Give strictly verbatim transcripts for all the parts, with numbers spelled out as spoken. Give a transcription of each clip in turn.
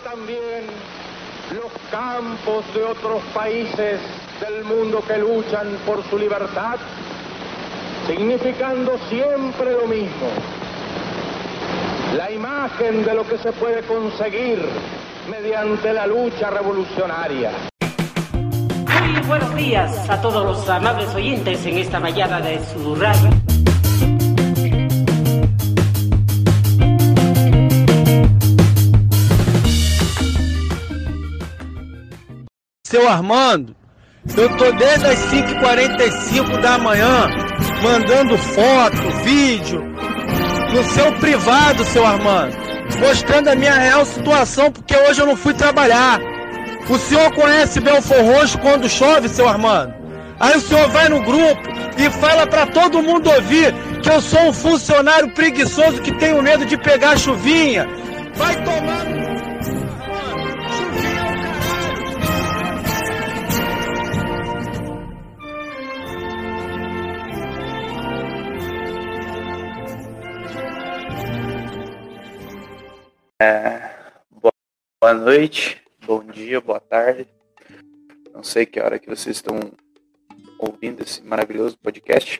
también los campos de otros países del mundo que luchan por su libertad, significando siempre lo mismo, la imagen de lo que se puede conseguir mediante la lucha revolucionaria. Muy buenos días a todos los amables oyentes en esta mañana de su radio. Seu Armando, eu tô desde as cinco e quarenta e cinco da manhã mandando foto, vídeo no seu privado, seu Armando, mostrando a minha real situação, porque hoje eu não fui trabalhar. O senhor conhece Belfor Roxo quando chove, seu Armando? Aí o senhor vai no grupo e fala pra todo mundo ouvir que eu sou um funcionário preguiçoso que tenho medo de pegar chuvinha. Vai tomar... É, boa noite, bom dia, boa tarde. Não sei que hora que vocês estão ouvindo esse maravilhoso podcast,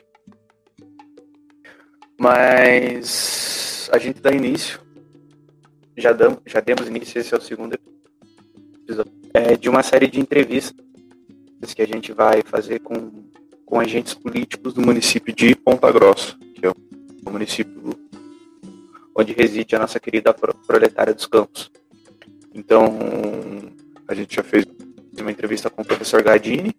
mas a gente dá início, já, damos, já demos início, esse é o segundo episódio, é, de uma série de entrevistas que a gente vai fazer com, com agentes políticos do município de Ponta Grossa, que é o município onde reside a nossa querida proletária dos campos. Então, a gente já fez uma entrevista com o professor Gardini.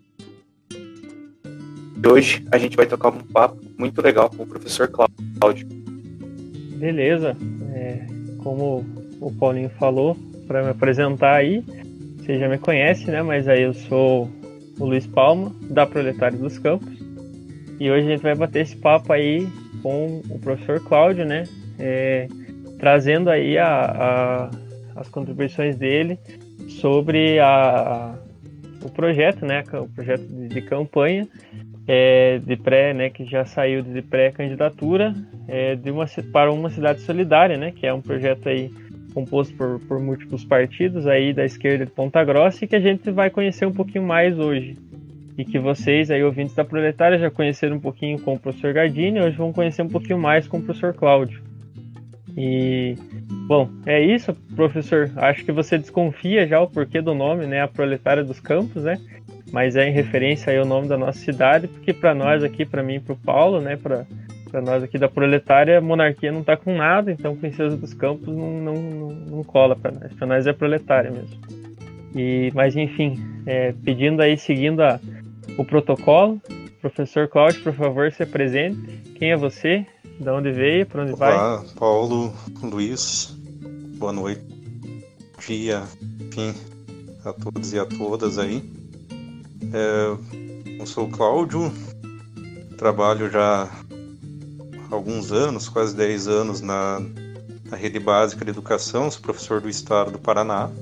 E hoje a gente vai tocar um papo muito legal com o professor Cláudio. Beleza. É, como o Paulinho falou, para me apresentar aí, você já me conhece, né? Mas aí eu sou o Luiz Palma, da Proletária dos Campos. E hoje a gente vai bater esse papo aí com o professor Cláudio, né? É, trazendo aí a, a, as contribuições dele sobre a, a, o projeto, né, o projeto de, de campanha é, de pré, né, que já saiu de pré-candidatura é, de uma, para uma cidade solidária, né, que é um projeto aí composto por, por múltiplos partidos aí da esquerda de Ponta Grossa e que a gente vai conhecer um pouquinho mais hoje. E que vocês aí, ouvintes da Proletária, já conheceram um pouquinho com o professor Gardini, hoje vão conhecer um pouquinho mais com o professor Cláudio. E, bom, é isso, professor. Acho que você desconfia já o porquê do nome, né? A Proletária dos Campos, né? Mas é em referência aí ao nome da nossa cidade, porque para nós aqui, para mim e para o Paulo, né? Para nós aqui da Proletária, a monarquia não tá com nada, então Princesa dos Campos não, não, não, não cola para nós. Para nós é Proletária mesmo. E, mas enfim, é, pedindo aí, seguindo a, o protocolo, professor Cláudio, por favor, se apresente. Quem é você? De onde veio? Para onde vai? Olá, Paulo, Luiz, boa noite, dia, enfim, a todos e a todas aí. É, eu sou o Cláudio, trabalho já há alguns anos, quase dez anos na, na rede básica de educação, sou professor do estado do Paraná.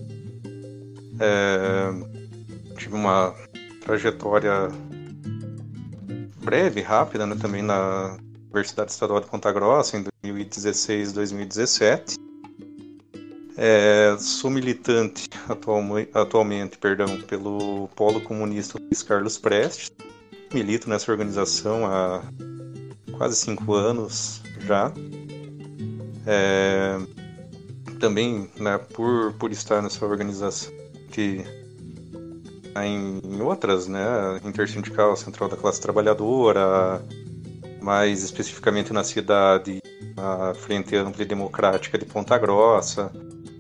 É, tive uma trajetória breve, rápida, né, também na Universidade Estadual de Ponta Grossa, em dois mil e dezesseis, dois mil e dezessete. É, sou militante atual, atualmente perdão, pelo Polo Comunista Luiz Carlos Prestes. Milito nessa organização há quase cinco anos já. É, também, né, por, por estar nessa organização que em, em outras, né, Intersindical Central da Classe Trabalhadora, mais especificamente na cidade, a Frente Ampla e Democrática de Ponta Grossa.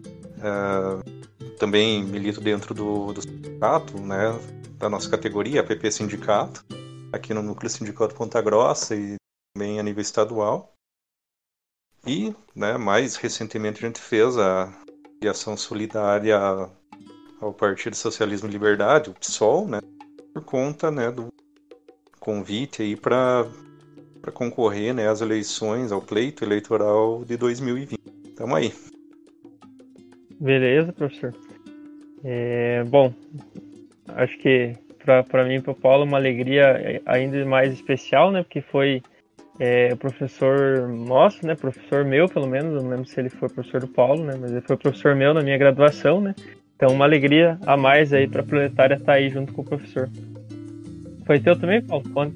É, também milito dentro do, do sindicato, né, da nossa categoria, a P P Sindicato, aqui no Núcleo Sindical de Ponta Grossa e também a nível estadual. E, né, mais recentemente a gente fez a filiação solidária ao Partido Socialismo e Liberdade, o PSOL, né, por conta, né, do convite aí para para concorrer, né, às eleições, ao pleito eleitoral de dois mil e vinte. Tamo aí. Beleza, professor. É, bom, acho que para mim e para o Paulo uma alegria ainda mais especial, né, porque foi é professor nosso, né? Professor meu, pelo menos. Eu não lembro se ele foi professor do Paulo, né? Mas ele foi professor meu na minha graduação, né? Então, uma alegria a mais aí para a Proletária estar aí junto com o professor. Foi teu também, Paulo? Conte.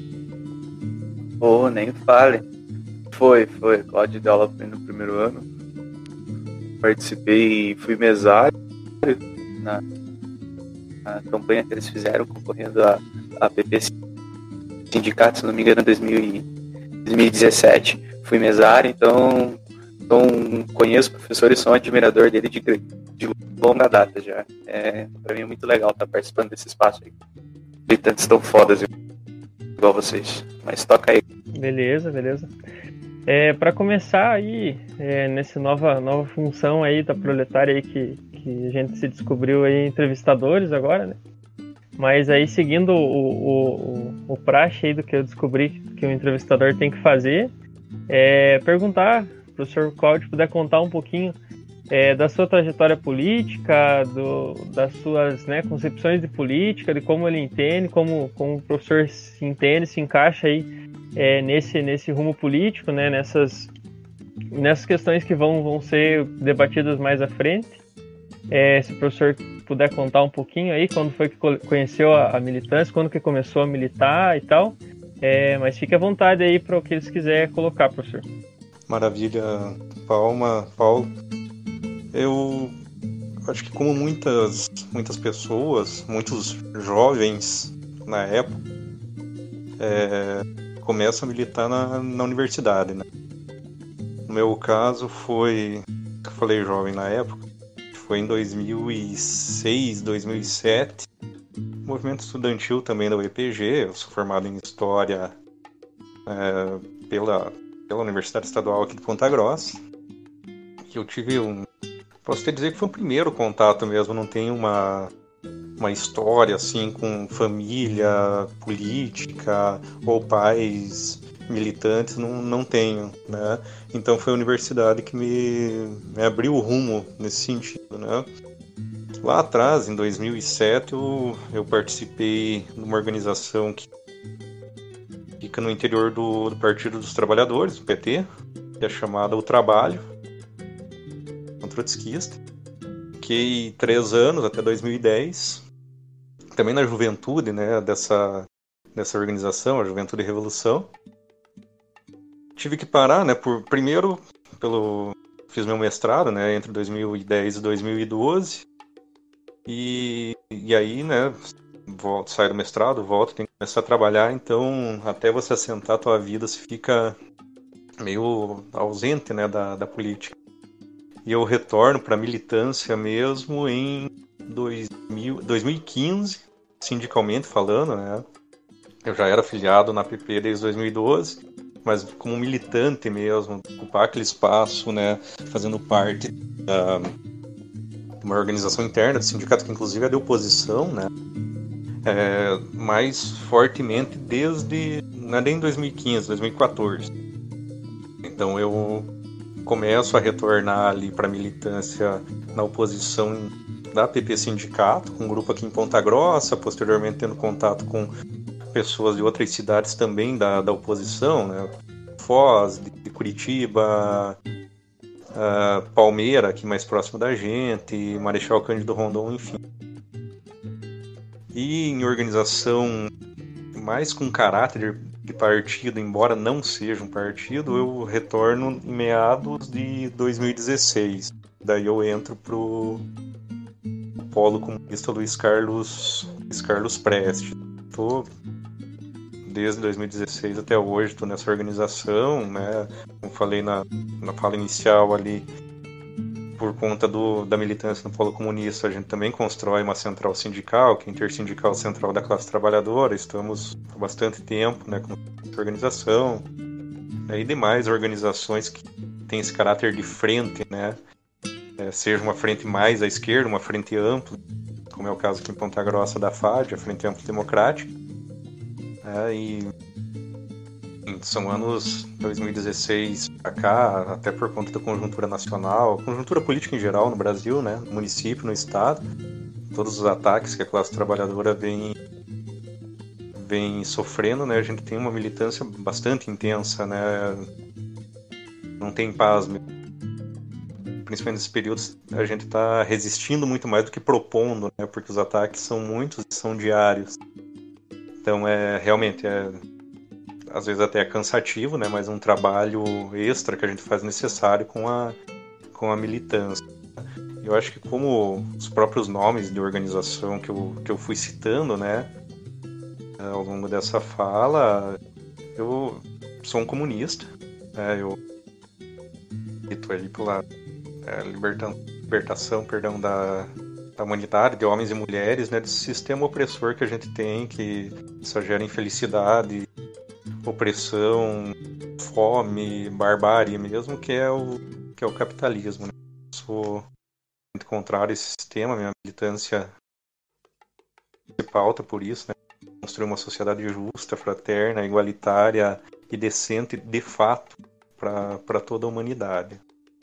Oh, nem fale. Foi, foi. Cláudio deu aula no primeiro ano. Participei e fui mesário na, na campanha que eles fizeram concorrendo a, a P P Sindicato, se não me engano, em dois mil e dezessete. Fui mesário, então, então conheço o professor e sou um admirador dele de, de longa data já. É, pra mim é muito legal estar participando desse espaço aí. Militantes tão fodas igual vocês. Mas toca aí. Beleza, beleza. É, para começar aí, é, nessa nova, nova função aí da Proletária aí que, que a gente se descobriu aí entrevistadores agora, né? Mas aí seguindo o, o, o, o praxe aí do que eu descobri que o entrevistador tem que fazer, é perguntar, se o professor Cláudio puder contar um pouquinho é, da sua trajetória política, do, das suas, né, concepções de política, de como ele entende, como, como o professor se entende, se encaixa aí É, nesse, nesse rumo político, né, nessas, nessas questões que vão, vão ser debatidas mais à frente. É, se o professor puder contar um pouquinho aí, quando foi que conheceu a, a militância, quando que começou a militar e tal, é, mas fique à vontade aí para o que eles quiserem colocar, professor. Maravilha, Palma, Paulo. Eu acho que como muitas, muitas pessoas, muitos jovens na época, é, começam a militar na, na universidade, né? No meu caso foi, eu falei jovem na época, foi em dois mil e seis, dois mil e sete, movimento estudantil também da U E P G. Eu sou formado em História é, pela, pela Universidade Estadual aqui de Ponta Grossa. Eu tive um, posso até dizer que foi o primeiro contato mesmo, não tenho uma uma história assim com família política ou pais militantes, não, não tenho, né? Então foi a universidade que me, me abriu o rumo nesse sentido, né? Lá atrás, em dois mil e sete, eu, eu participei de uma organização que fica no interior do, do Partido dos Trabalhadores, o P T, que é chamada O Trabalho, um trotskista. Fiquei três anos, até dois mil e dez, também na juventude, né, dessa, dessa organização, a Juventude e Revolução. Tive que parar, né, por, primeiro, pelo, fiz meu mestrado, né, entre dois mil e dez e dois mil e doze, e, e aí, né, volto, saio do mestrado, volto, tenho que começar a trabalhar, então, até você assentar a tua vida, você fica meio ausente, né, da, da política. E eu retorno para a militância mesmo em dois mil, dois mil e quinze, sindicalmente falando, né? Eu já era afiliado na P P desde dois mil e doze, mas como militante mesmo, ocupar aquele espaço, né? Fazendo parte da, de uma organização interna do sindicato, que inclusive é de oposição, né? É, mais fortemente desde, não é nem dois mil e quinze, dois mil e quatorze. Então eu começo a retornar ali para a militância na oposição da P P Sindicato, com um grupo aqui em Ponta Grossa, posteriormente tendo contato com pessoas de outras cidades também da, da oposição, né? Foz, de, de Curitiba, uh, Palmeira, aqui mais próximo da gente, Marechal Cândido Rondon, enfim. E em organização mais com caráter de partido, embora não seja um partido, eu retorno em meados de dois mil e dezesseis. Daí eu entro pro Polo Comunista Luiz Carlos, Luiz Carlos Prestes. Tô desde dois mil e dezesseis até hoje, estou nessa organização, né? Como falei na, na fala inicial ali, por conta do, da militância no Polo Comunista, a gente também constrói uma central sindical, que é a Intersindical Central da Classe Trabalhadora. Estamos há bastante tempo, né, com essa organização, né, e demais organizações que têm esse caráter de frente, né, é, seja uma frente mais à esquerda, uma frente ampla, como é o caso aqui em Ponta Grossa da F A D, a Frente Ampla Democrática, é, e são anos dois mil e dezesseis para cá, até por conta da conjuntura nacional, conjuntura política em geral no Brasil, né, no município, no estado, todos os ataques que a classe trabalhadora vem, vem sofrendo, né? A gente tem uma militância bastante intensa, né? Não tem paz mesmo. Principalmente nesses períodos, a gente está resistindo muito mais do que propondo, né? Porque os ataques são muitos e são diários. Então, é realmente, é, às vezes até é cansativo, né? Mas um trabalho extra que a gente faz necessário com a, com a militância. Eu acho que como os próprios nomes de organização que eu, que eu fui citando, né? Ao longo dessa fala, eu sou um comunista, né? Eu estou ali pela É, liberta, libertação perdão, da, da humanidade, de homens e mulheres, né, desse sistema opressor que a gente tem, que só gera infelicidade, opressão, fome, barbárie mesmo, que é o, que é o capitalismo. Né? Eu sou muito contrário a esse sistema, minha militância se pauta por isso, né? Construir uma sociedade justa, fraterna, igualitária e decente de fato para toda a humanidade.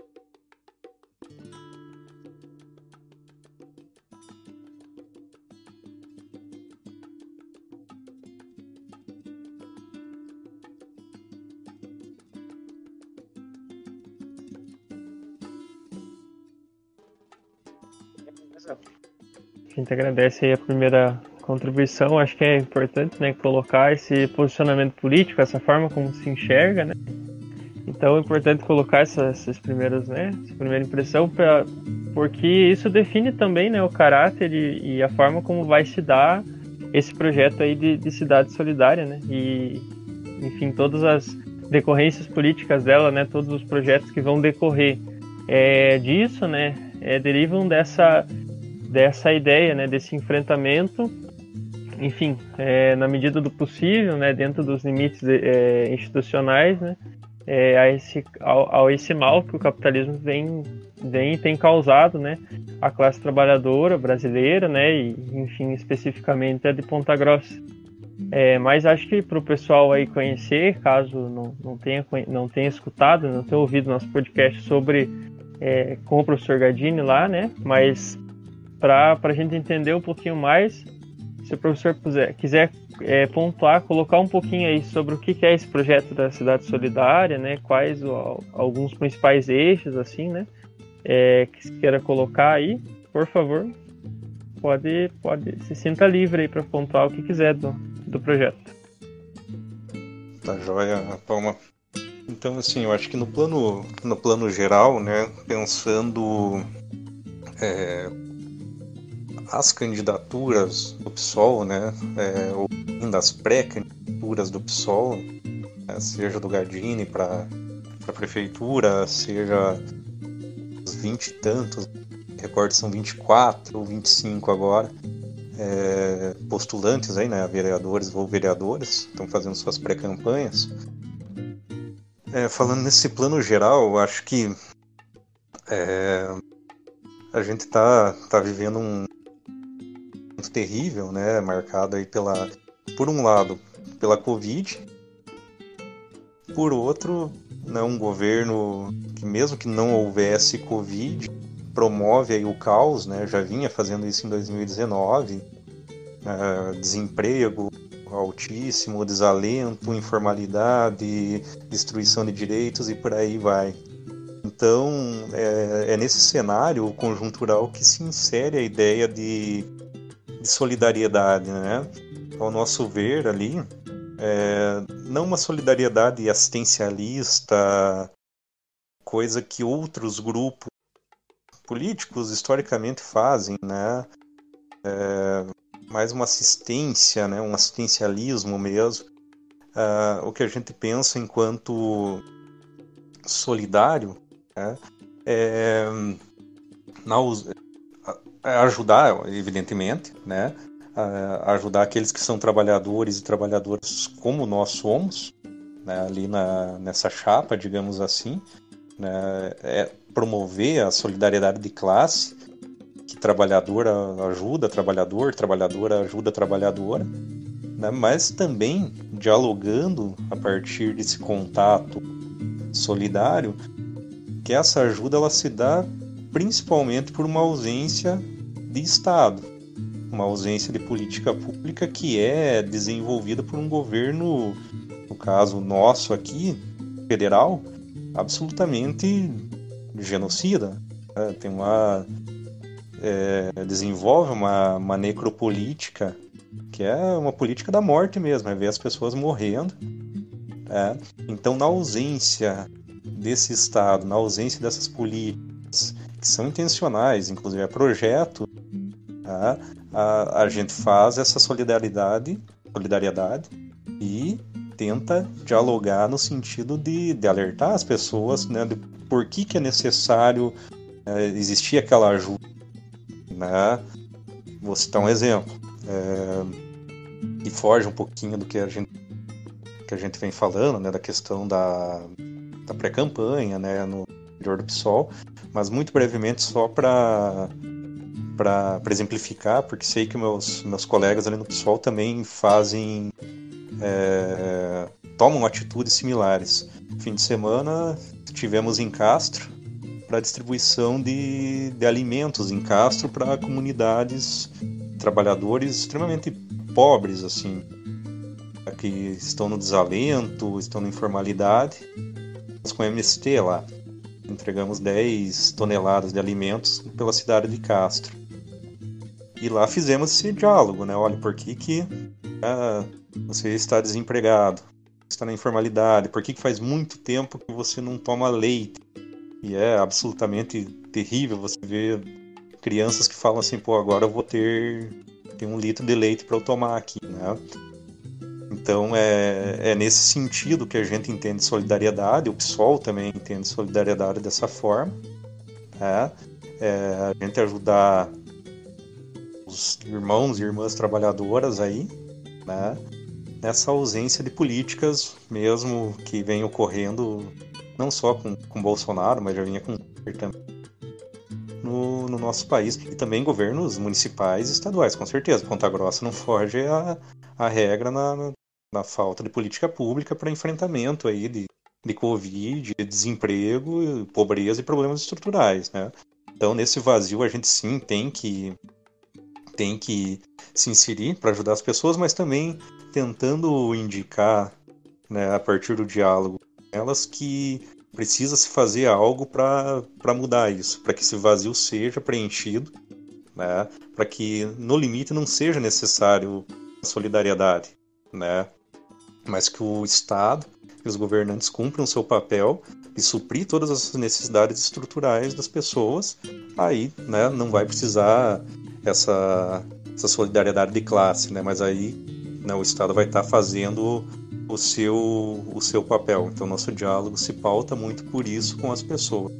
A gente agradece aí a primeira contribuição. Acho que é importante, né, colocar esse posicionamento político, essa forma como se enxerga, né? Então é importante colocar essas, esses primeiros, né, essa primeira impressão, pra, porque isso define também, né, o caráter e, e a forma como vai se dar esse projeto aí de, de cidade solidária, né? E, enfim, todas as decorrências políticas dela, né, todos os projetos que vão decorrer é, disso, né, é, derivam dessa dessa ideia, né, desse enfrentamento, enfim, é, na medida do possível, né, dentro dos limites é, institucionais, né, é, a esse, ao, ao esse mal que o capitalismo vem, vem tem causado, né, à classe trabalhadora brasileira, né, e, enfim, especificamente a de Ponta Grossa. É, mas acho que para o pessoal aí conhecer, caso não, não, tenha, não tenha escutado, não tenha ouvido nosso podcast sobre é, com o professor Gardini lá, né, mas para a gente entender um pouquinho mais, se o professor puser, quiser é, pontuar, colocar um pouquinho aí sobre o que, que é esse projeto da Cidade Solidária, né, quais o, alguns principais eixos, assim, né, é, que se queira colocar aí, por favor, pode, pode se sinta livre aí para pontuar o que quiser do, do projeto. Tá joia, Palma. Então, assim, eu acho que no plano, no plano geral, né, pensando... É, as candidaturas do P SOL, né, é, ou ainda as pré-candidaturas do P SOL, né, seja do Gardini para a prefeitura, seja os vinte e tantos, recordo são vinte e quatro ou vinte e cinco agora, é, postulantes aí, né, vereadores ou vereadoras, estão fazendo suas pré-campanhas. É, falando nesse plano geral, eu acho que é, a gente está tá vivendo um muito terrível, né, marcado aí pela, por um lado, pela Covid, por outro, né, um governo que mesmo que não houvesse Covid, promove aí o caos, né, já vinha fazendo isso em dois mil e dezenove, uh, desemprego altíssimo, desalento, informalidade, destruição de direitos e por aí vai. Então, é, é nesse cenário conjuntural que se insere a ideia de de solidariedade, né? Ao nosso ver ali, é, não uma solidariedade assistencialista, coisa que outros grupos políticos historicamente fazem, né? É, mais uma assistência, né? Um assistencialismo mesmo. É, o que a gente pensa enquanto solidário, né? É, na ajudar, evidentemente, né, a ajudar aqueles que são trabalhadores e trabalhadoras como nós somos, né, ali na, nessa chapa, digamos assim, né, é promover a solidariedade de classe, que trabalhador ajuda trabalhador, trabalhadora ajuda trabalhadora, né, mas também dialogando a partir desse contato solidário, que essa ajuda ela se dá principalmente por uma ausência de Estado, uma ausência de política pública que é desenvolvida por um governo, no caso nosso aqui, federal, absolutamente genocida. Né? Tem uma é, desenvolve uma, uma necropolítica que é uma política da morte mesmo, é ver as pessoas morrendo. É. Então, na ausência desse Estado, na ausência dessas políticas que são intencionais, inclusive é projeto, tá? a, a gente faz essa solidariedade, solidariedade e tenta dialogar no sentido de, de alertar as pessoas, né, de por que, que é necessário é, existir aquela ajuda. Né? Vou citar um exemplo, é, que foge um pouquinho do que a gente que a gente vem falando, né, da questão da, da pré-campanha, né, no interior do PSOL, mas muito brevemente só para para exemplificar, porque sei que meus, meus colegas ali no PSOL também fazem, é, tomam atitudes similares. Fim de semana estivemos em Castro para distribuição de, de alimentos em Castro para comunidades, trabalhadores extremamente pobres, assim, que estão no desalento, estão na informalidade. Nós com o M S T lá entregamos dez toneladas de alimentos pela cidade de Castro. E lá fizemos esse diálogo, né? Olha, por que, que ah, você está desempregado, está na informalidade, por que, que faz muito tempo que você não toma leite? E é absolutamente terrível você ver crianças que falam assim, pô, agora eu vou ter, ter um litro de leite para eu tomar aqui, né? Então é, é nesse sentido que a gente entende solidariedade, o PSOL também entende solidariedade dessa forma, né? É, a gente ajudar os irmãos e irmãs trabalhadoras aí, né? Nessa ausência de políticas mesmo que vem ocorrendo, não só com, com Bolsonaro, mas já vinha com também no, no nosso país, e também governos municipais e estaduais, com certeza. Ponta Grossa não foge a, a regra na, na falta de política pública para enfrentamento aí de, de Covid, de desemprego, pobreza e problemas estruturais, né? Então, nesse vazio, a gente sim tem que, tem que se inserir para ajudar as pessoas, mas também tentando indicar, né, a partir do diálogo, elas que precisa se fazer algo para mudar isso, para que esse vazio seja preenchido, né, para que no limite não seja necessário a solidariedade, né, mas que o Estado e os governantes cumpram o seu papel e suprir todas as necessidades estruturais das pessoas. Aí, né, não vai precisar essa, essa solidariedade de classe, né, mas aí, né, o Estado vai estar fazendo o seu, o seu papel. Então, nosso diálogo se pauta muito por isso com as pessoas.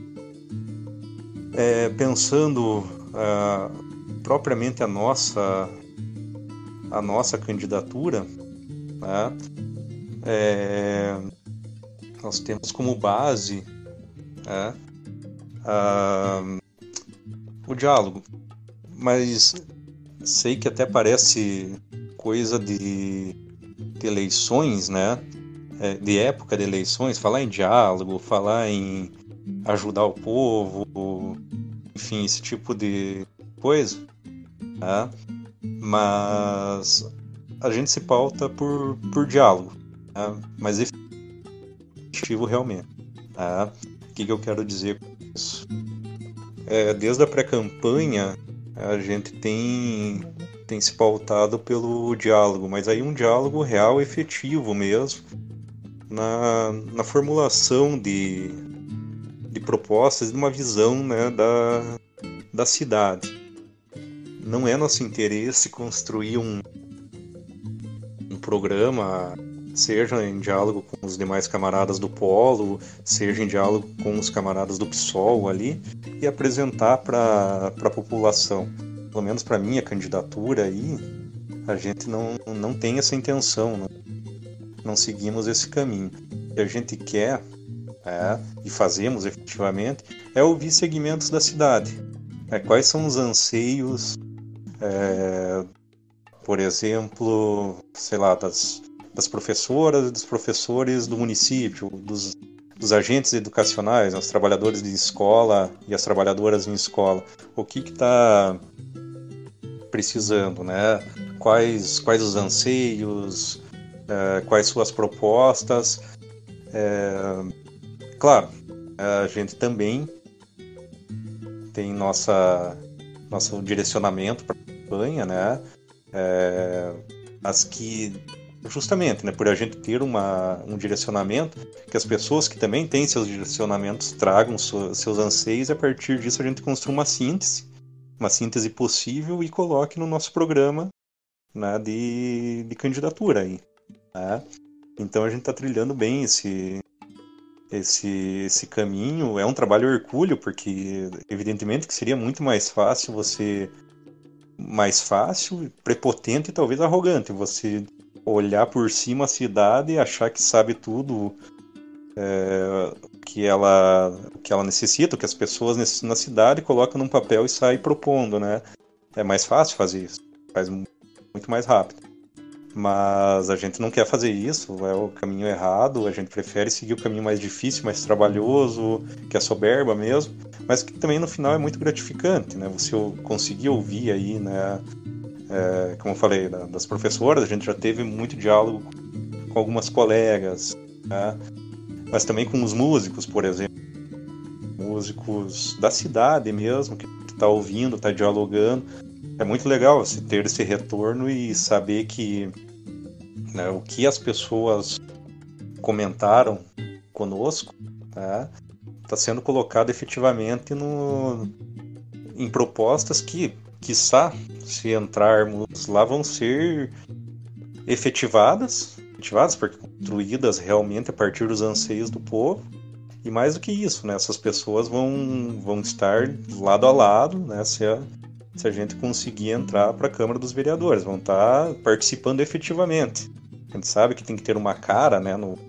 É, pensando ah, propriamente a nossa, a nossa candidatura, né, é, nós temos como base, né, ah, o diálogo. Mas sei que até parece coisa de, de eleições, né? É, de época de eleições, falar em diálogo, falar em ajudar o povo, enfim, esse tipo de coisa, né? Mas a gente se pauta por, por diálogo, né? Mas efetivo realmente, né? O que, que eu quero dizer com isso? É, desde a pré-campanha a gente tem, tem se pautado pelo diálogo, mas aí um diálogo real, efetivo mesmo, na, na formulação de, de propostas, de uma visão, né, da, da cidade. Não é nosso interesse construir um, um programa, seja em diálogo com os demais camaradas do Polo, seja em diálogo com os camaradas do PSOL ali, e apresentar para a população. Pelo menos para minha candidatura aí, a gente não, não tem essa intenção, não, não seguimos esse caminho. O que a gente quer, é, e fazemos efetivamente, é ouvir segmentos da cidade. É, quais são os anseios, é, por exemplo, sei lá, das, das professoras e dos professores do município, dos dos agentes educacionais, os trabalhadores de escola e as trabalhadoras em escola. O que está precisando, né? Quais, quais os anseios, é, quais suas propostas. É, claro, a gente também tem nossa, nosso direcionamento para a campanha, né? É, as que, justamente, né, por a gente ter uma, um direcionamento, que as pessoas que também têm seus direcionamentos tragam so, seus anseios, e a partir disso a gente construa uma síntese, uma síntese possível e coloque no nosso programa, né, de, de candidatura aí, né? Então a gente está trilhando bem esse, esse, esse caminho. É um trabalho hercúleo, porque evidentemente que seria muito mais fácil você, mais fácil, prepotente e talvez arrogante, você olhar por cima a cidade e achar que sabe tudo, é, que ela, que ela necessita, que as pessoas na cidade colocam num papel e saem propondo, né? É mais fácil fazer isso, faz muito mais rápido. Mas a gente não quer fazer isso, é o caminho errado, a gente prefere seguir o caminho mais difícil, mais trabalhoso, que é soberba mesmo, mas que também no final é muito gratificante, né? Você conseguir ouvir aí, né? É, como eu falei, das professoras, a gente já teve muito diálogo com algumas colegas, né? Mas também com os músicos, por exemplo, músicos da cidade mesmo, que está ouvindo, está dialogando. É muito legal você ter esse retorno e saber que, né, o que as pessoas comentaram conosco, tá, está sendo colocado efetivamente no, em propostas que, quiçá, se entrarmos lá, vão ser efetivadas, efetivadas porque construídas realmente a partir dos anseios do povo. E mais do que isso, né, essas pessoas vão, vão estar lado a lado, né, se a, se a gente conseguir entrar para a Câmara dos Vereadores, vão estar participando efetivamente. A gente sabe que tem que ter uma cara, né, no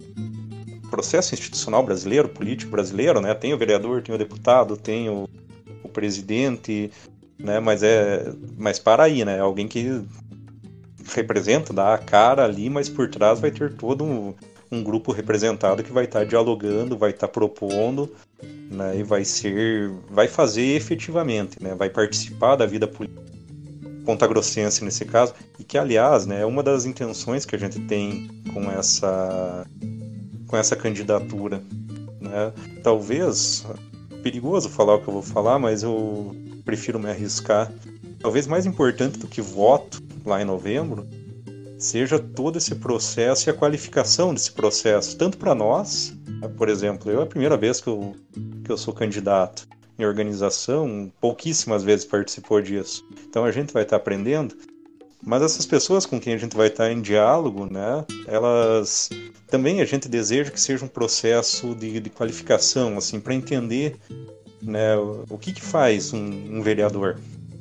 processo institucional brasileiro, político brasileiro, né, tem o vereador, tem o deputado, tem o, o presidente, né, mas é, mas para aí, né, alguém que representa, dá a cara ali, mas por trás vai ter todo um, um grupo representado que vai estar dialogando, vai estar propondo, né, e vai ser, vai fazer efetivamente, né, vai participar da vida política pontagrossense nesse caso, e que, aliás, né, é uma das intenções que a gente tem com essa, com essa candidatura, né. Talvez, perigoso falar o que eu vou falar, mas eu prefiro me arriscar. Talvez mais importante do que voto lá em novembro seja todo esse processo e a qualificação desse processo, tanto para nós, né, por exemplo, eu é a primeira vez que eu, que eu sou candidato em organização, pouquíssimas vezes participou disso, então a gente vai estar aprendendo, mas essas pessoas com quem a gente vai estar em diálogo, né, elas também a gente deseja que seja um processo de, de qualificação, assim, para entender, né, o, o que que faz um, um vereador,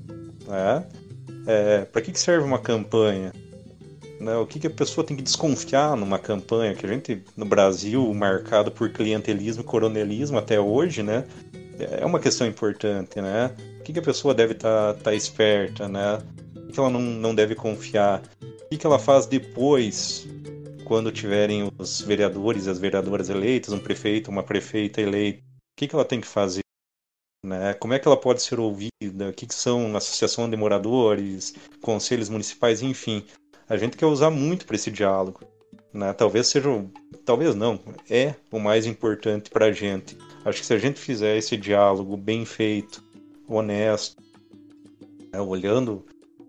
né? É, para que que serve uma campanha? Né, o que que a pessoa tem que desconfiar numa campanha, que a gente, no Brasil, marcado por clientelismo e coronelismo até hoje, né, é uma questão importante, né? O que que a pessoa deve estar tá, tá esperta, né? O que ela não, não deve confiar? O que que ela faz depois, quando tiverem os vereadores e as vereadoras eleitas, um prefeito, uma prefeita eleita? O que que ela tem que fazer? Né? Como é que ela pode ser ouvida? O que que são associação de moradores, conselhos municipais, enfim. A gente quer usar muito para esse diálogo, né? Talvez seja, talvez não, é o mais importante para a gente. Acho que se a gente fizer esse diálogo bem feito, honesto, né? olhando,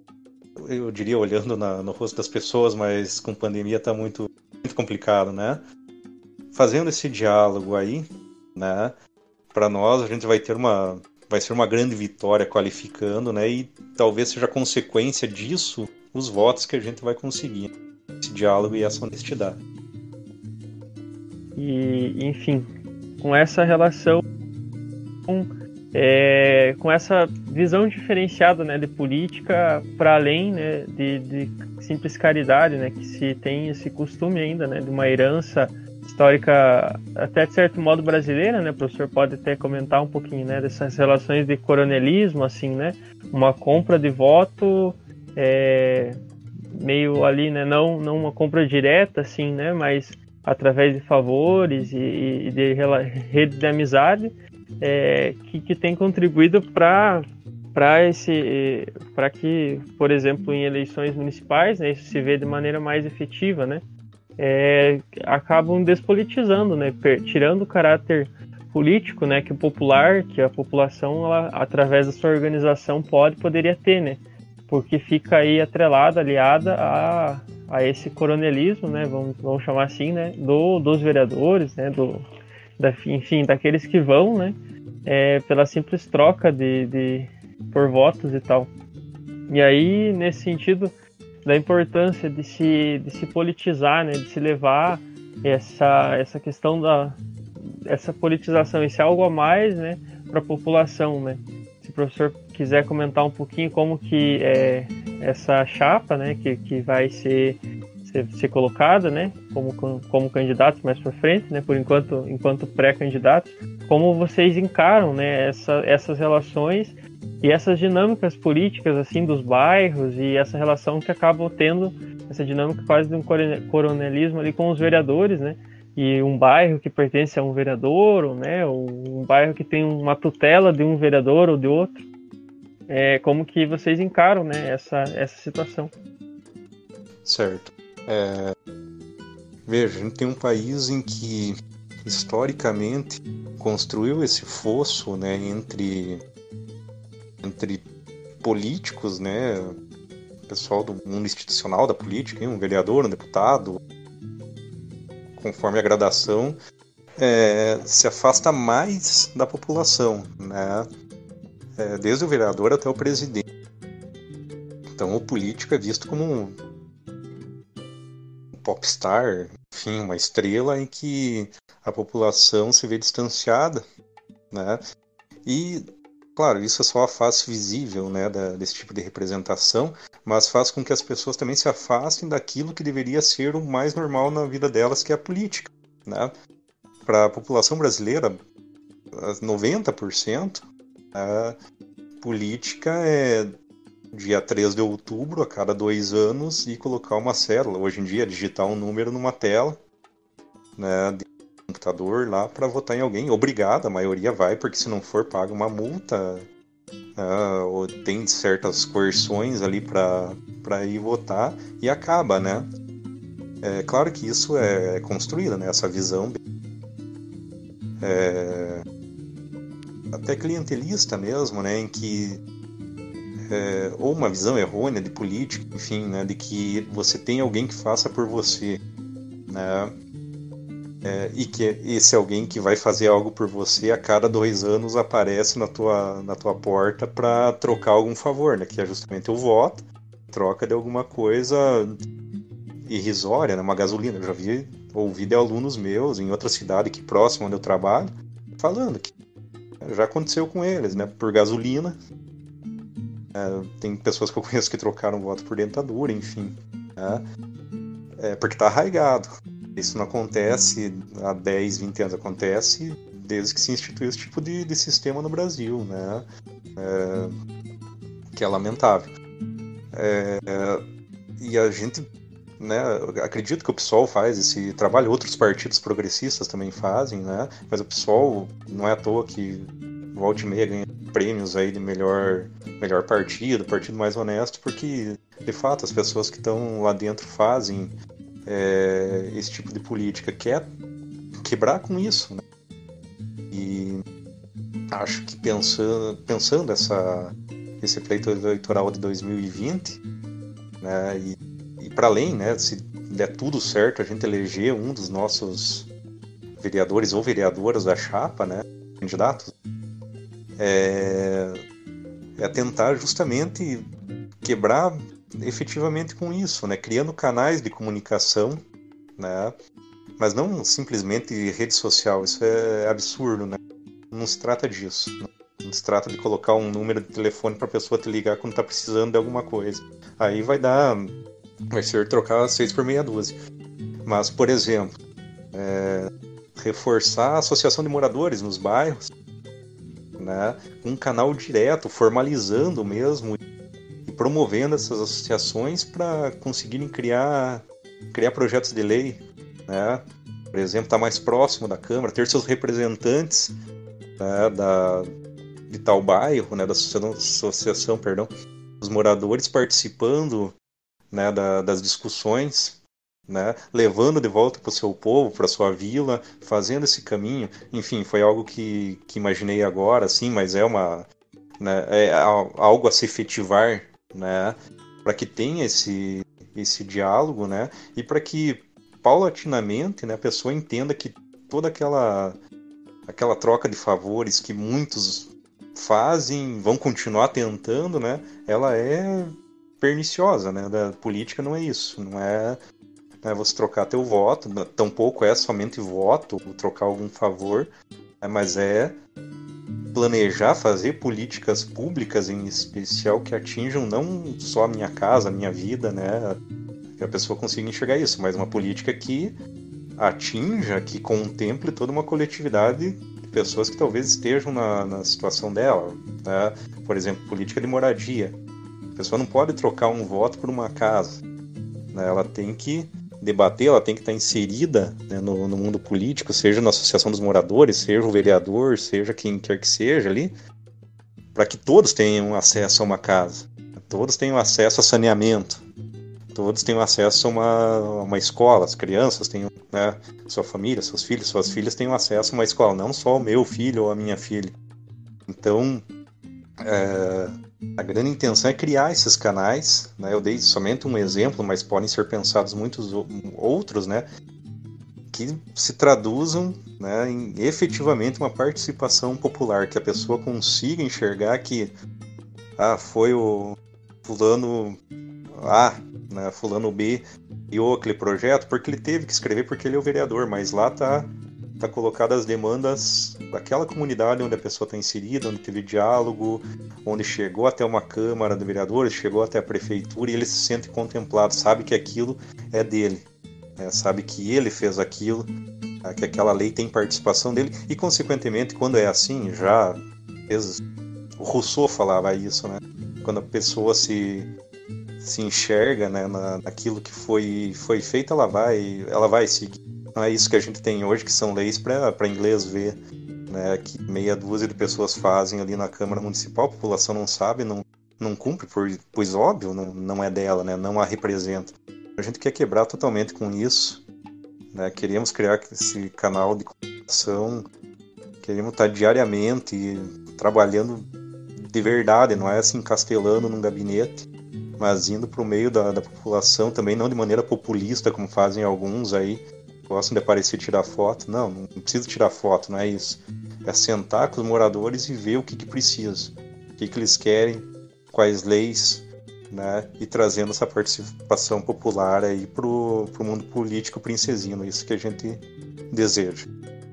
eu diria olhando na, no rosto das pessoas, mas com pandemia está muito, muito complicado, né? Fazendo esse diálogo aí, né? Para nós a gente vai ter uma, vai ser uma grande vitória qualificando, né? E talvez seja consequência disso os votos que a gente vai conseguir, esse diálogo e essa honestidade. E, enfim, com essa relação, com, é, com essa visão diferenciada, né, de política para além, né, de, de simples caridade, né, que se tem esse costume ainda, né, de uma herança histórica até de certo modo brasileira, né, o professor pode até comentar um pouquinho, né, dessas relações de coronelismo, assim, né, uma compra de voto é, meio ali, né, não, não uma compra direta, assim, né, mas através de favores e, e de rede de amizade, é, que, que tem contribuído para para esse, para que, por exemplo, em eleições municipais, né, isso se vê de maneira mais efetiva, né, é, acabam despolitizando, né, per, tirando o caráter político, né, que o popular, que a população, ela, através da sua organização pode, poderia ter, né, porque fica aí atrelada, aliada a, a esse coronelismo, né, vamos, vamos chamar assim, né, do, dos vereadores, né, do, da, enfim, daqueles que vão, né, é, pela simples troca de, de por votos e tal. E aí, nesse sentido, da importância de se, de se politizar, né, de se levar essa, essa questão da essa politização, esse algo a mais, né, para a população, né. Se o professor quiser comentar um pouquinho como que é essa chapa, né, que, que vai ser, ser, ser colocada, né, como, como candidatos mais para frente, né, por enquanto, enquanto pré-candidatos, como vocês encaram, né, essa, essas relações e essas dinâmicas políticas, assim, dos bairros e essa relação que acabam tendo, essa dinâmica quase de um coronelismo ali com os vereadores, né, e um bairro que pertence a um vereador, ou, né, ou um bairro que tem uma tutela de um vereador ou de outro. É, como que vocês encaram, né, essa, essa situação? Certo. É... Veja, a gente tem um país em que, historicamente, construiu esse fosso, né, entre... entre políticos, né, pessoal do mundo institucional da política, um vereador, um deputado, conforme a gradação, é, se afasta mais da população, né, é, desde o vereador até o presidente. Então o político é visto como um popstar, enfim, uma estrela em que a população se vê distanciada, né, e claro, isso é só a face visível, né, da, desse tipo de representação, mas faz com que as pessoas também se afastem daquilo que deveria ser o mais normal na vida delas, que é a política, né? Para a população brasileira, noventa por cento, a política é dia três de outubro, a cada dois anos, e colocar uma cédula. Hoje em dia, digitar um número numa tela, né, de computador lá para votar em alguém. Obrigado, a maioria vai, porque se não for, paga uma multa, uh, ou tem certas coerções ali para ir votar e acaba, né? É claro que isso é construído, né? Essa visão é, até clientelista mesmo, né? Em que é, ou uma visão errônea de política, enfim, né? De que você tem alguém que faça por você, né? É, e que esse alguém que vai fazer algo por você a cada dois anos aparece na tua, na tua porta para trocar algum favor, né? Que é justamente o voto, troca de alguma coisa irrisória, né? Uma gasolina. Eu já vi, ouvi de alunos meus em outra cidade aqui próxima onde eu trabalho, falando que já aconteceu com eles, né? Por gasolina. É, tem pessoas que eu conheço que trocaram voto por dentadura, enfim. Né? É, porque tá arraigado. Isso não acontece há dez, vinte anos, acontece desde que se instituiu esse tipo de, de sistema no Brasil, né? É, que é lamentável. É, e a gente, né, acredito que o PSOL faz esse trabalho, outros partidos progressistas também fazem, né? Mas o PSOL não é à toa que volta e meia ganha prêmios aí de melhor, melhor partido, partido mais honesto, porque de fato as pessoas que estão lá dentro fazem É, esse tipo de política, quer quebrar com isso, né? E acho que pensando, pensando essa, esse pleito eleitoral de dois mil e vinte, né, e, e para além, né, se der tudo certo, a gente eleger um dos nossos vereadores ou vereadoras da chapa, né, candidatos, é, é tentar justamente quebrar efetivamente com isso, né? Criando canais de comunicação, né? Mas não simplesmente rede social, isso é absurdo, né? Não se trata disso, não se trata de colocar um número de telefone para a pessoa te ligar quando está precisando de alguma coisa, aí vai dar, vai ser trocar seis por meia dúzia. Mas, por exemplo, é, reforçar a associação de moradores nos bairros, né? Um canal direto, formalizando mesmo, promovendo essas associações para conseguirem criar, criar projetos de lei, né? Por exemplo, estar mais próximo da Câmara, ter seus representantes, né, da, de tal bairro, né, da associação, associação perdão, os moradores participando, né, da, das discussões, né, levando de volta para o seu povo, para a sua vila, fazendo esse caminho. Enfim, foi algo que, que imaginei agora, assim, mas é uma, né, é algo a se efetivar, né, para que tenha esse, esse diálogo, né, e para que paulatinamente, né, a pessoa entenda que toda aquela aquela troca de favores que muitos fazem, vão continuar tentando, né, ela é perniciosa, né, da política não é isso, não é, não é você trocar teu voto, tampouco é somente voto, trocar algum favor, né, mas é planejar, fazer políticas públicas em especial que atinjam não só a minha casa, a minha vida, né, que a pessoa consiga enxergar isso, mas uma política que atinja, que contemple toda uma coletividade de pessoas que talvez estejam na, na situação dela, né? Por exemplo, política de moradia. A pessoa não pode trocar um voto por uma casa, né? Ela tem que debater, ela tem que estar inserida, né, no, no mundo político, seja na associação dos moradores, seja o vereador, seja quem quer que seja ali, para que todos tenham acesso a uma casa, todos tenham acesso a saneamento, todos tenham acesso a uma, uma escola, as crianças tenham, né, sua família, seus filhos, suas filhas tenham acesso a uma escola, não só o meu filho ou a minha filha. Então, é, a grande intenção é criar esses canais, né, eu dei somente um exemplo, mas podem ser pensados muitos outros, né, que se traduzam, né, em efetivamente uma participação popular, que a pessoa consiga enxergar que ah, foi o fulano A, né, fulano B criou aquele projeto porque ele teve que escrever, porque ele é o vereador, mas lá tá, tá colocadas as demandas daquela comunidade onde a pessoa está inserida, onde teve diálogo, onde chegou até uma Câmara de Vereadores, chegou até a Prefeitura, e ele se sente contemplado, sabe que aquilo é dele, né, sabe que ele fez aquilo, né, que aquela lei tem participação dele, e consequentemente, quando é assim, já o Rousseau falava isso, né, quando a pessoa se se enxerga, né, na, naquilo que foi, foi feito, ela vai, ela vai seguir. Não é isso que a gente tem hoje, que são leis para inglês ver, né, que meia dúzia de pessoas fazem ali na Câmara Municipal, a população não sabe, não, não cumpre, por, pois óbvio, não, não é dela, né, não a representa. A gente quer quebrar totalmente com isso, né, queremos criar esse canal de comunicação, queremos estar diariamente trabalhando de verdade, não é assim encastelando num gabinete, mas indo para o meio da, da população também, não de maneira populista, como fazem alguns aí, gostam de aparecer e tirar foto. Não, não precisa tirar foto, não é isso. É sentar com os moradores e ver o que, que precisa, o que, que eles querem, quais leis, né, e trazendo essa participação popular aí para o mundo político princesino, isso que a gente deseja.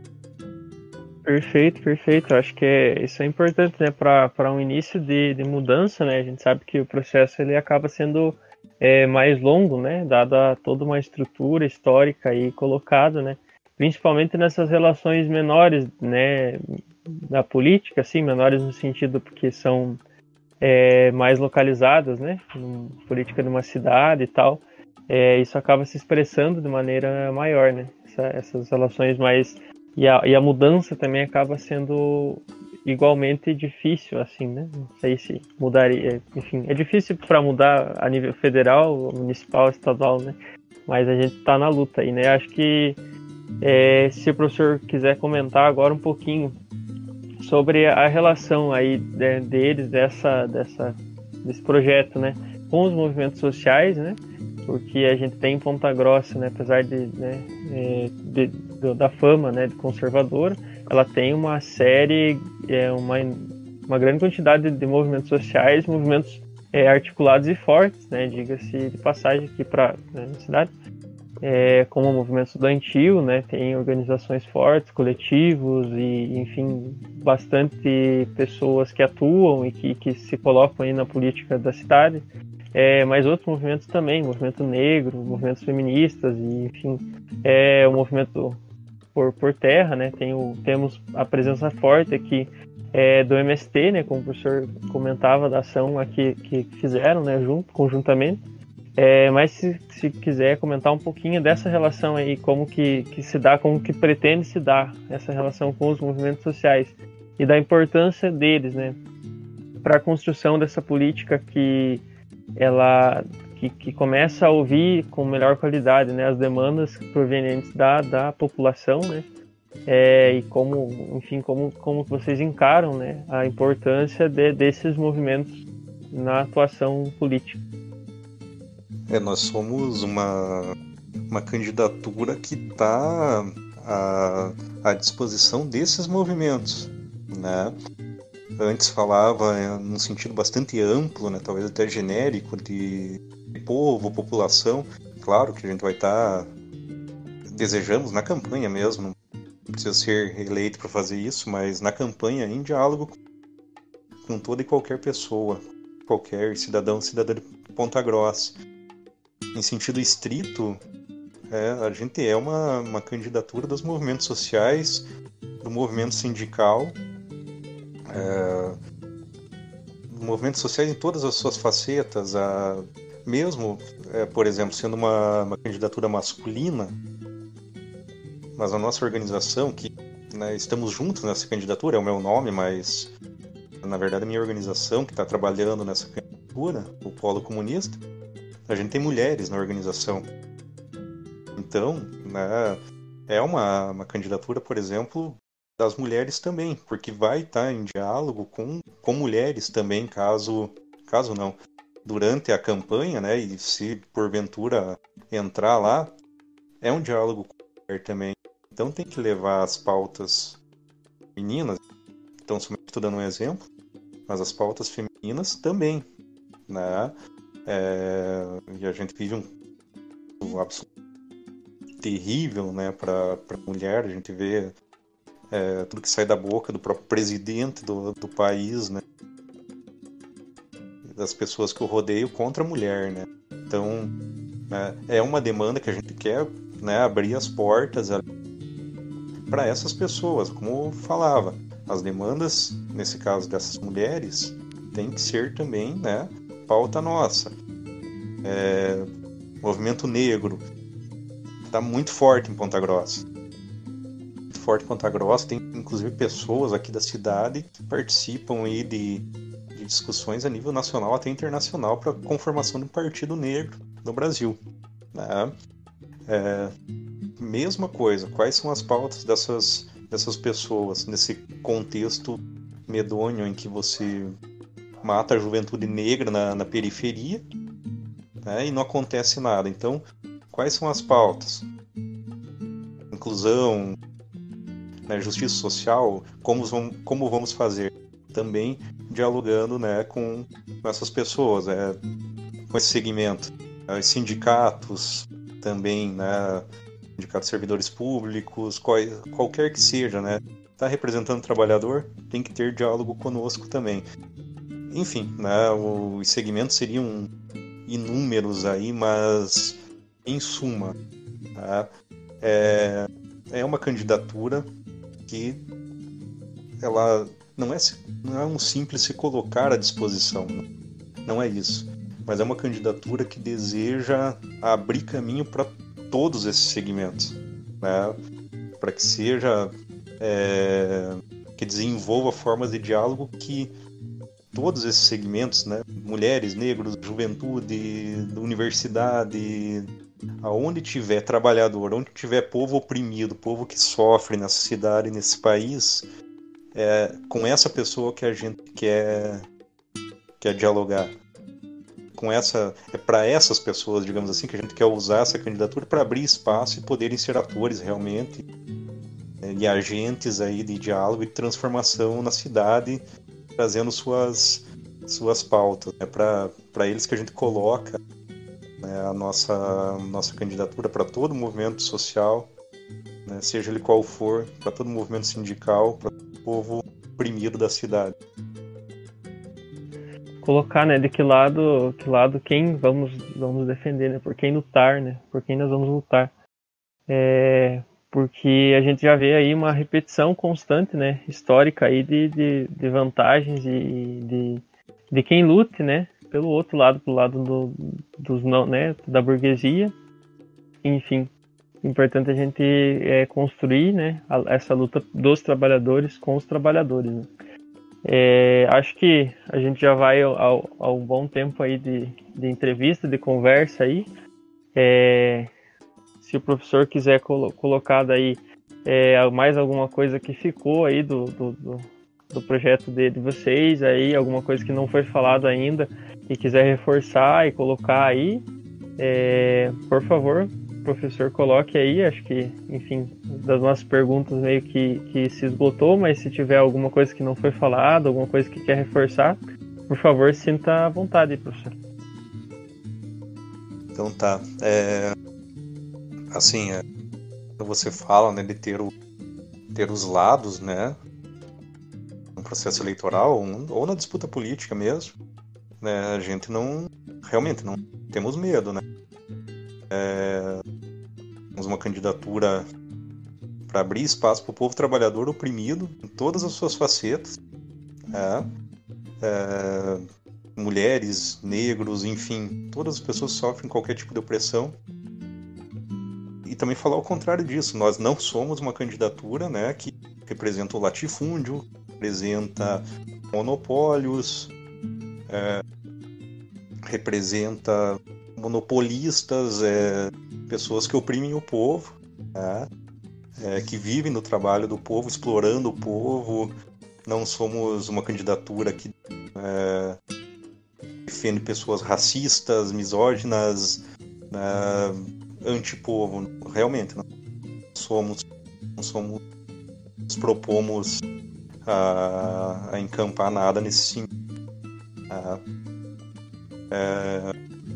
Perfeito, perfeito. Acho que é, isso é importante, né, para um início de, de mudança, né? A gente sabe que o processo ele acaba sendo é, mais longo, né, dada toda uma estrutura histórica aí colocada, né, principalmente nessas relações menores, né, da política, assim, menores no sentido porque são é, mais localizadas, né, política de uma cidade e tal. É, isso acaba se expressando de maneira maior, né? Essa, essas relações mais E a, e a mudança também acaba sendo igualmente difícil, assim, né? Não sei se mudaria, enfim, é difícil para mudar a nível federal, municipal, estadual, né? Mas a gente está na luta aí, né? Acho que é, se o professor quiser comentar agora um pouquinho sobre a relação aí de, deles, dessa, dessa, desse projeto, né? Com os movimentos sociais, né? Porque a gente tem em Ponta Grossa, né, apesar de, né, de, de, da fama, né, de conservadora, ela tem uma série, é, uma, uma grande quantidade de movimentos sociais, movimentos é, articulados e fortes, né, diga-se de passagem aqui para né, na cidade, é, como o movimento estudantil, né, tem organizações fortes, coletivos e, enfim, bastante pessoas que atuam e que, que se colocam aí na política da cidade. É, mas outros movimentos também, movimento negro, movimentos feministas e, enfim, é, o movimento por, por terra, né, tem o, temos a presença forte aqui é, do M S T, né, como o professor comentava, da ação aqui que fizeram, né, junto, conjuntamente, é, mas se, se quiser comentar um pouquinho dessa relação aí, como que, que se dá, como que pretende se dar essa relação com os movimentos sociais, e da importância deles, né, para a construção dessa política que ela que, que começa a ouvir com melhor qualidade, né, as demandas provenientes da, da população, né, é, e como, enfim, como, como vocês encaram, né, a importância de, desses movimentos na atuação política. É, nós somos uma, uma candidatura que está à, à disposição desses movimentos, né? Antes falava num sentido bastante amplo, né, talvez até genérico, de, de povo, população. Claro que a gente vai estar, tá, desejamos na campanha mesmo, não precisa ser eleito para fazer isso, mas na campanha, em diálogo com toda e qualquer pessoa, qualquer cidadão, cidadã de Ponta Grossa. Em sentido estrito, é, a gente é uma, uma candidatura dos movimentos sociais, do movimento sindical, é, movimentos sociais em todas as suas facetas, a, mesmo, é, por exemplo, sendo uma, uma candidatura masculina, mas a nossa organização, que, né, estamos juntos nessa candidatura, é o meu nome, mas na verdade a minha organização que está trabalhando nessa candidatura, o Polo Comunista, a gente tem mulheres na organização. Então, né, é uma, uma candidatura, por exemplo, das mulheres também, porque vai estar em diálogo com, com mulheres também, caso, caso não, durante a campanha, né, e se porventura entrar lá, é um diálogo com a mulher também. Então tem que levar as pautas femininas, então somente estou dando um exemplo, mas as pautas femininas também, né? É, e a gente vive um, um absurdo terrível, né, para a mulher. A gente vê é, tudo que sai da boca do próprio presidente do, do país, né, das pessoas que o rodeiam contra a mulher, né? Então é, é uma demanda que a gente quer, né, abrir as portas para essas pessoas, como eu falava. As demandas, nesse caso dessas mulheres, tem que ser também, né, pauta nossa. É, movimento negro está muito forte em Ponta Grossa. Muito forte em Ponta Grossa. Tem inclusive pessoas aqui da cidade que participam aí de, de discussões a nível nacional até internacional para a conformação de um partido negro no Brasil, né? É, mesma coisa. Quais são as pautas dessas dessas pessoas nesse contexto medonho em que você mata a juventude negra na, na periferia, né, e não acontece nada? Então, quais são as pautas? Inclusão, né, justiça social, como vamos, como vamos fazer? Também dialogando, né, com, com essas pessoas, é, com esse segmento. Os sindicatos também, né, sindicatos de servidores públicos, qual, qualquer que seja, né? Está representando o trabalhador, tem que ter diálogo conosco também. Enfim, né, os segmentos seriam inúmeros aí, mas em suma, tá? é, é uma candidatura que ela não é, não é um simples se colocar à disposição, não é isso, mas é uma candidatura que deseja abrir caminho para todos esses segmentos, né? Para que seja, é, que desenvolva formas de diálogo que todos esses segmentos, né? Mulheres, negros, juventude, universidade, aonde tiver trabalhador, onde tiver povo oprimido, povo que sofre nessa cidade, nesse país, é com essa pessoa que a gente quer, quer dialogar. Com essa, é para essas pessoas, digamos assim, que a gente quer usar essa candidatura para abrir espaço e poderem ser atores realmente, né, e agentes aí de diálogo e transformação na cidade, trazendo suas, suas pautas. É para eles que a gente coloca, né, a nossa, nossa candidatura para todo movimento social, né, seja ele qual for, para todo movimento sindical, para o povo oprimido da cidade. Colocar, né, de que lado, que lado quem vamos, vamos defender, né, por quem lutar, né, por quem nós vamos lutar. É, porque a gente já vê aí uma repetição constante, né, histórica aí de, de, de vantagens e de, de quem lute, né, pelo outro lado, pelo lado do, dos não, né, da burguesia, enfim. importante a gente é, construir, né, a, essa luta dos trabalhadores com os trabalhadores. Né? É, acho que a gente já vai há um bom tempo aí de, de entrevista, de conversa aí. É, se o professor quiser colo- colocar daí é, mais alguma coisa que ficou aí do, do, do, do projeto de, de vocês, aí, alguma coisa que não foi falado ainda e quiser reforçar e colocar aí, é, por favor, professor, coloque aí. Acho que, enfim, das nossas perguntas meio que, que se esgotou, mas se tiver alguma coisa que não foi falada, alguma coisa que quer reforçar, por favor, sinta à vontade, professor. Então tá. É, assim, é, você fala, né, de ter, o, ter os lados, né, no processo eleitoral ou na disputa política mesmo, né, a gente não, realmente não temos medo, né. É, temos uma candidatura para abrir espaço para o povo trabalhador oprimido em todas as suas facetas, é, é, mulheres, negros, enfim, todas as pessoas sofrem qualquer tipo de opressão. E também falar o contrário disso, nós não somos uma candidatura, né, que representa o latifúndio, representa monopólios, é, representa monopolistas, é, pessoas que oprimem o povo, é, é, que vivem no trabalho do povo, explorando o povo. Não somos uma candidatura que é, defende pessoas racistas, misóginas, é, antipovo. Realmente, não somos, não somos, nos propomos a, a encampar nada nesse sentido. É,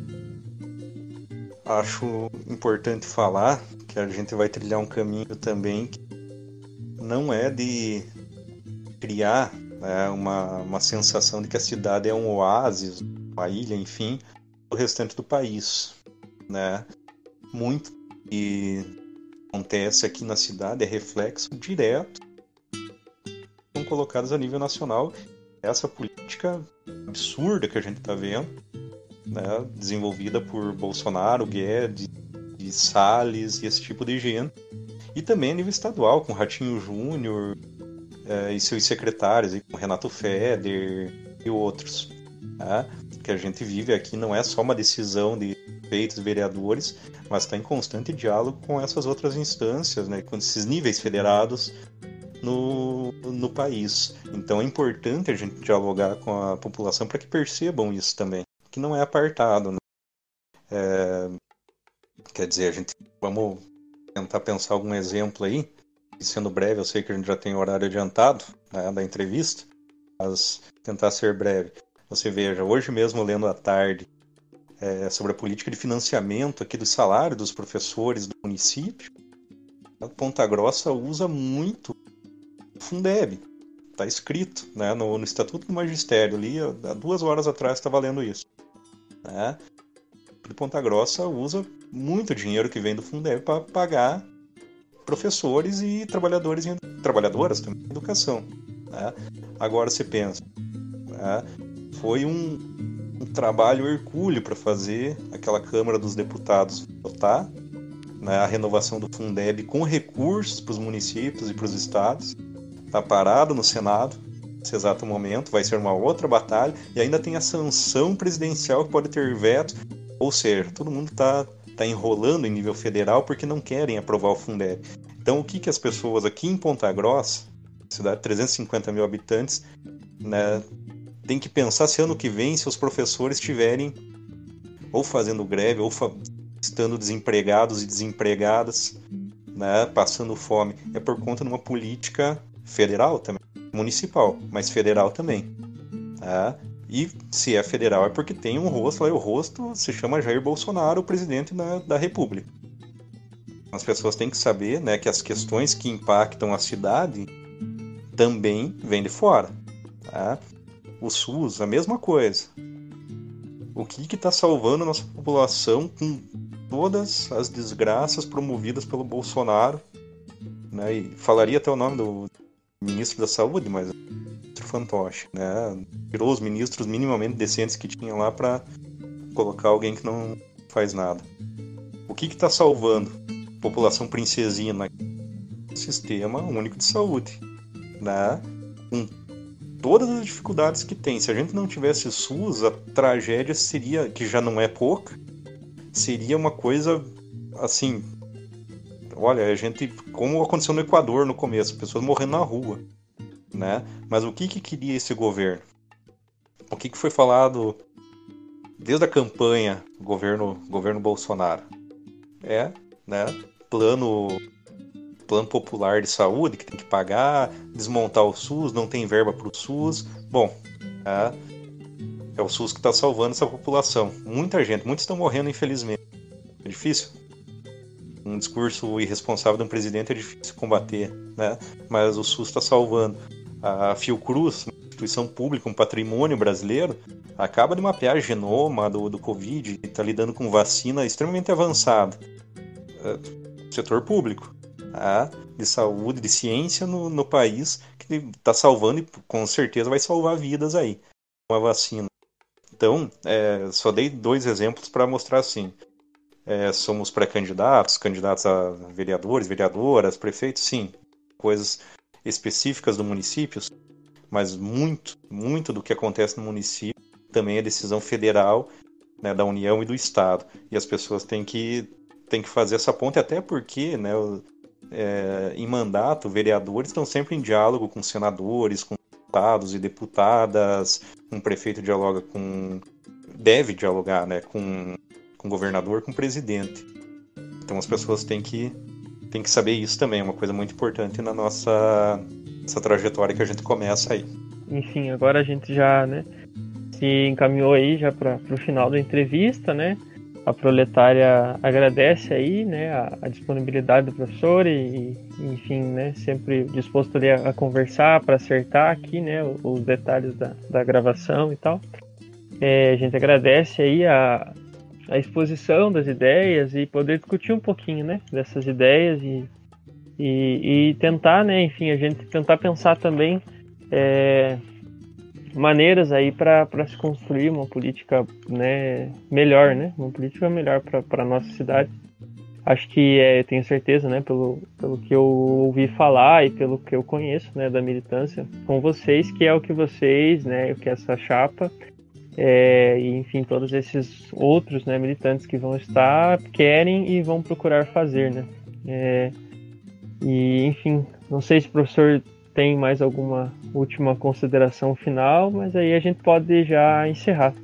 acho importante falar que a gente vai trilhar um caminho também que não é de criar, né, uma, uma sensação de que a cidade é um oásis, uma ilha, enfim, do restante do país, né? Muito que acontece aqui na cidade é reflexo direto são colocados a nível nacional. Essa política absurda que a gente está vendo, né, desenvolvida por Bolsonaro, Guedes, Salles e esse tipo de gente, e também a nível estadual, com Ratinho Júnior é, e seus secretários, com Renato Feder e outros, né? Que a gente vive aqui não é só uma decisão de feitos vereadores, mas está em constante diálogo com essas outras instâncias, né, com esses níveis federados no, no país. Então é importante a gente dialogar com a população para que percebam isso também, que não é apartado, né? É, quer dizer, a gente vamos tentar pensar algum exemplo aí, e sendo breve, eu sei que a gente já tem horário adiantado, né, da entrevista, mas tentar ser breve. Você veja, hoje mesmo lendo à tarde é, sobre a política de financiamento aqui do salário dos professores do município, a Ponta Grossa usa muito o Fundeb. Está escrito, né, no, no Estatuto do Magistério, ali há duas horas atrás estava lendo isso, né? De Ponta Grossa usa muito dinheiro que vem do Fundeb para pagar professores e trabalhadores em, trabalhadoras também em educação, né? Agora você pensa, né, foi um, um trabalho hercúleo para fazer aquela Câmara dos Deputados votar, né, a renovação do Fundeb com recursos para os municípios e para os estados. Está parado no Senado nesse exato momento, vai ser uma outra batalha, e ainda tem a sanção presidencial que pode ter veto. Ou seja, todo mundo está tá enrolando em nível federal porque não querem aprovar o Fundeb. Então, o que, que as pessoas aqui em Ponta Grossa, cidade de trezentos e cinquenta mil habitantes, né, tem que pensar se ano que vem, se os professores estiverem ou fazendo greve, ou fa- estando desempregados e desempregadas, né, passando fome. É por conta de uma política federal também, municipal, mas federal também. Tá? E se é federal é porque tem um rosto lá, e o rosto se chama Jair Bolsonaro, o presidente da, da República. As pessoas têm que saber, né, que as questões que impactam a cidade também vêm de fora. Tá? O SUS, a mesma coisa. O que está salvando a nossa população com todas as desgraças promovidas pelo Bolsonaro? Né? E falaria até o nome do ministro da Saúde, mas é o ministro Fantoche, né? Tirou os ministros minimamente decentes que tinham lá para colocar alguém que não faz nada. O que está salvando? população princesina, sistema único de saúde, né? Com todas as dificuldades que tem. Se a gente não tivesse SUS, a tragédia seria, que já não é pouca, seria uma coisa assim, olha, a gente, como aconteceu no Equador no começo, pessoas morrendo na rua, né? Mas o que que queria esse governo? O que que foi falado desde a campanha do governo, governo Bolsonaro? É, né? Plano, plano popular de saúde que tem que pagar, desmontar o SUS, não tem verba para o SUS. Bom, é, é o SUS que está salvando essa população. Muita gente, muitos estão morrendo, infelizmente. É difícil. Um discurso irresponsável de um presidente é difícil combater, né? Mas o SUS está salvando. A Fiocruz, uma instituição pública, um patrimônio brasileiro, acaba de mapear genoma do, do Covid, está lidando com vacina extremamente avançada. É, setor público, tá? De saúde, de ciência no, no país, que está salvando e com certeza vai salvar vidas aí, com a vacina. Então, é, só dei dois exemplos para mostrar assim. É, somos pré-candidatos, candidatos a vereadores, vereadoras, prefeitos, sim, coisas específicas do município, mas muito, muito do que acontece no município também é decisão federal, né, da União e do Estado. E as pessoas têm que, têm que fazer essa ponte, até porque, né, é, em mandato, vereadores estão sempre em diálogo com senadores, com deputados e deputadas, um prefeito dialoga com... deve dialogar, né, com... com o governador, com o presidente. Então as pessoas têm que, têm que saber isso também, é uma coisa muito importante na nossa essa trajetória que a gente começa aí. Enfim, agora a gente já, né, se encaminhou aí já para o final da entrevista, né? A Proletária agradece aí, né, a, a disponibilidade do professor e, e, enfim, né, sempre disposto ali a, a conversar para acertar aqui, né, os, os detalhes da, da gravação e tal. É, a gente agradece aí a a exposição das ideias e poder discutir um pouquinho, né, dessas ideias e, e, e tentar, né, enfim, a gente tentar pensar também é, maneiras aí para se construir uma política, né, melhor, né, uma política melhor para a nossa cidade. Acho que é, eu tenho certeza, né, pelo, pelo que eu ouvi falar e pelo que eu conheço, né, da militância com vocês, que é o que vocês, né, o que essa chapa É, e enfim, todos esses outros, né, militantes que vão estar, querem e vão procurar fazer, né? É, e enfim, não sei se o professor tem mais alguma última consideração final, mas aí a gente pode já encerrar.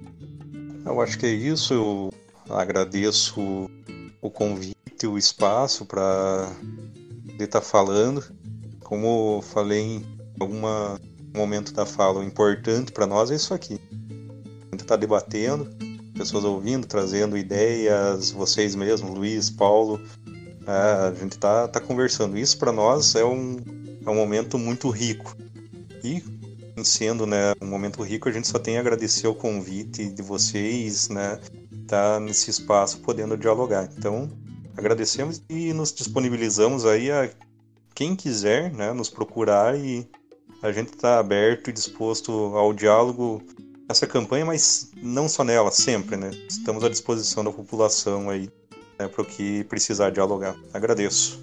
Eu acho que é isso, eu agradeço o convite, o espaço para poder estar falando. Como falei em algum momento da fala, o importante para nós é isso aqui. A gente está debatendo, pessoas ouvindo, trazendo ideias, vocês mesmos, Luiz, Paulo, a gente está tá conversando. Isso para nós é um, é um momento muito rico. E, sendo, né, um momento rico, a gente só tem a agradecer o convite de vocês, né, tá nesse espaço podendo dialogar. Então, agradecemos e nos disponibilizamos aí a quem quiser, né, nos procurar, e a gente está aberto e disposto ao diálogo nessa campanha, mas não só nela, sempre, né? Estamos à disposição da população aí, né, para o que precisar dialogar. Agradeço.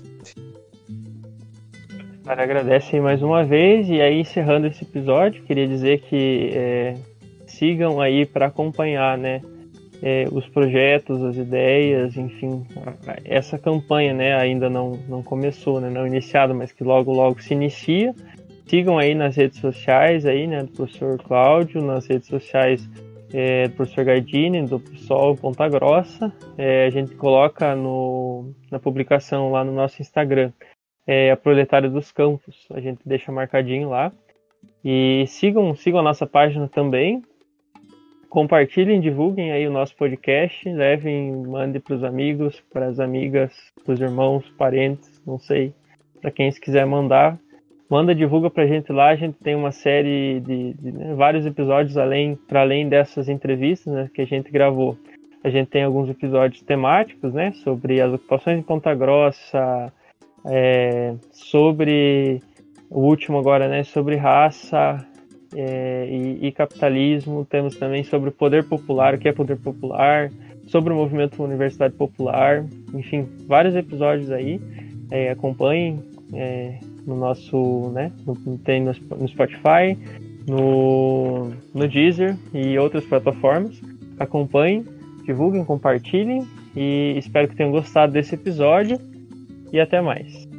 Cara, agradece mais uma vez, e aí encerrando esse episódio, queria dizer que é, sigam aí para acompanhar, né, é, os projetos, as ideias, enfim, essa campanha, né, ainda não, não começou, né, não iniciada, mas que logo logo se inicia. Sigam aí nas redes sociais aí, né, do professor Cláudio, nas redes sociais é, do professor Gardini, do PSOL Ponta Grossa. É, a gente coloca no, na publicação lá no nosso Instagram, é, a Proletária dos Campos. A gente deixa marcadinho lá. E sigam, sigam a nossa página também. Compartilhem, divulguem aí o nosso podcast. Levem, mandem para os amigos, para as amigas, para os irmãos, parentes, não sei, para quem se quiser mandar. Manda, divulga pra gente lá. A gente tem uma série de, de né, vários episódios além, para além dessas entrevistas, né, que a gente gravou. A gente tem alguns episódios temáticos, né, sobre as ocupações em Ponta Grossa, é, sobre o último agora, né, sobre raça é, e, e capitalismo. Temos também sobre o poder popular, o que é poder popular, sobre o movimento Universidade Popular, enfim, vários episódios aí. É, acompanhem é, no nosso, né, no, tem no, no Spotify, no, no Deezer e outras plataformas. Acompanhem, divulguem, compartilhem e espero que tenham gostado desse episódio e até mais.